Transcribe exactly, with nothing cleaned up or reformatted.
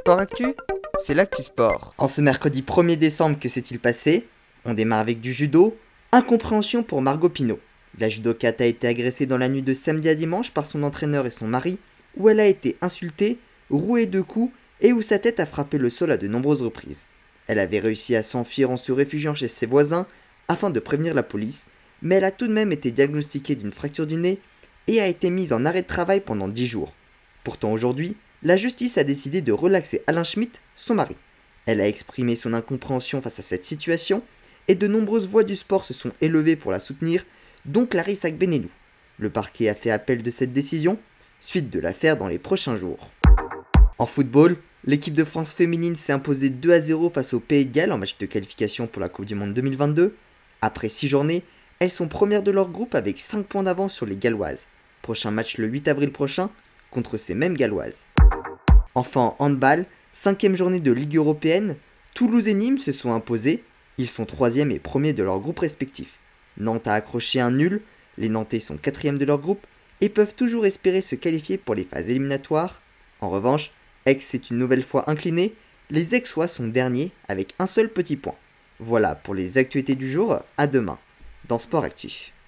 Sport Actu, c'est l'actu sport. En ce mercredi premier décembre, que s'est-il passé? On démarre avec du judo. Incompréhension pour Margot Pino. La judokate a été agressée dans la nuit de samedi à dimanche par son entraîneur et son mari, où elle a été insultée, rouée de coups et où sa tête a frappé le sol à de nombreuses reprises. Elle avait réussi à s'enfuir en se réfugiant chez ses voisins afin de prévenir la police, mais elle a tout de même été diagnostiquée d'une fracture du nez et a été mise en arrêt de travail pendant dix jours. Pourtant aujourd'hui, la justice a décidé de relaxer Alain Schmitt, son mari. Elle a exprimé son incompréhension face à cette situation et de nombreuses voix du sport se sont élevées pour la soutenir, dont Clarisse Agbenenou. Le parquet a fait appel de cette décision, suite de l'affaire dans les prochains jours. En football, l'équipe de France féminine s'est imposée deux à zéro face au Pays de Galles en match de qualification pour la Coupe du Monde deux mille vingt-deux. Après six journées, elles sont premières de leur groupe avec cinq points d'avance sur les Galloises. Prochain match le huit avril prochain contre ces mêmes Galloises. Enfin en handball, cinquième journée de Ligue européenne, Toulouse et Nîmes se sont imposés, ils sont troisième et premier de leur groupe respectif. Nantes a accroché un nul, les Nantais sont quatrième de leur groupe et peuvent toujours espérer se qualifier pour les phases éliminatoires. En revanche, Aix s'est une nouvelle fois incliné, les Aixois sont derniers avec un seul petit point. Voilà pour les actualités du jour, à demain dans Sport Actu.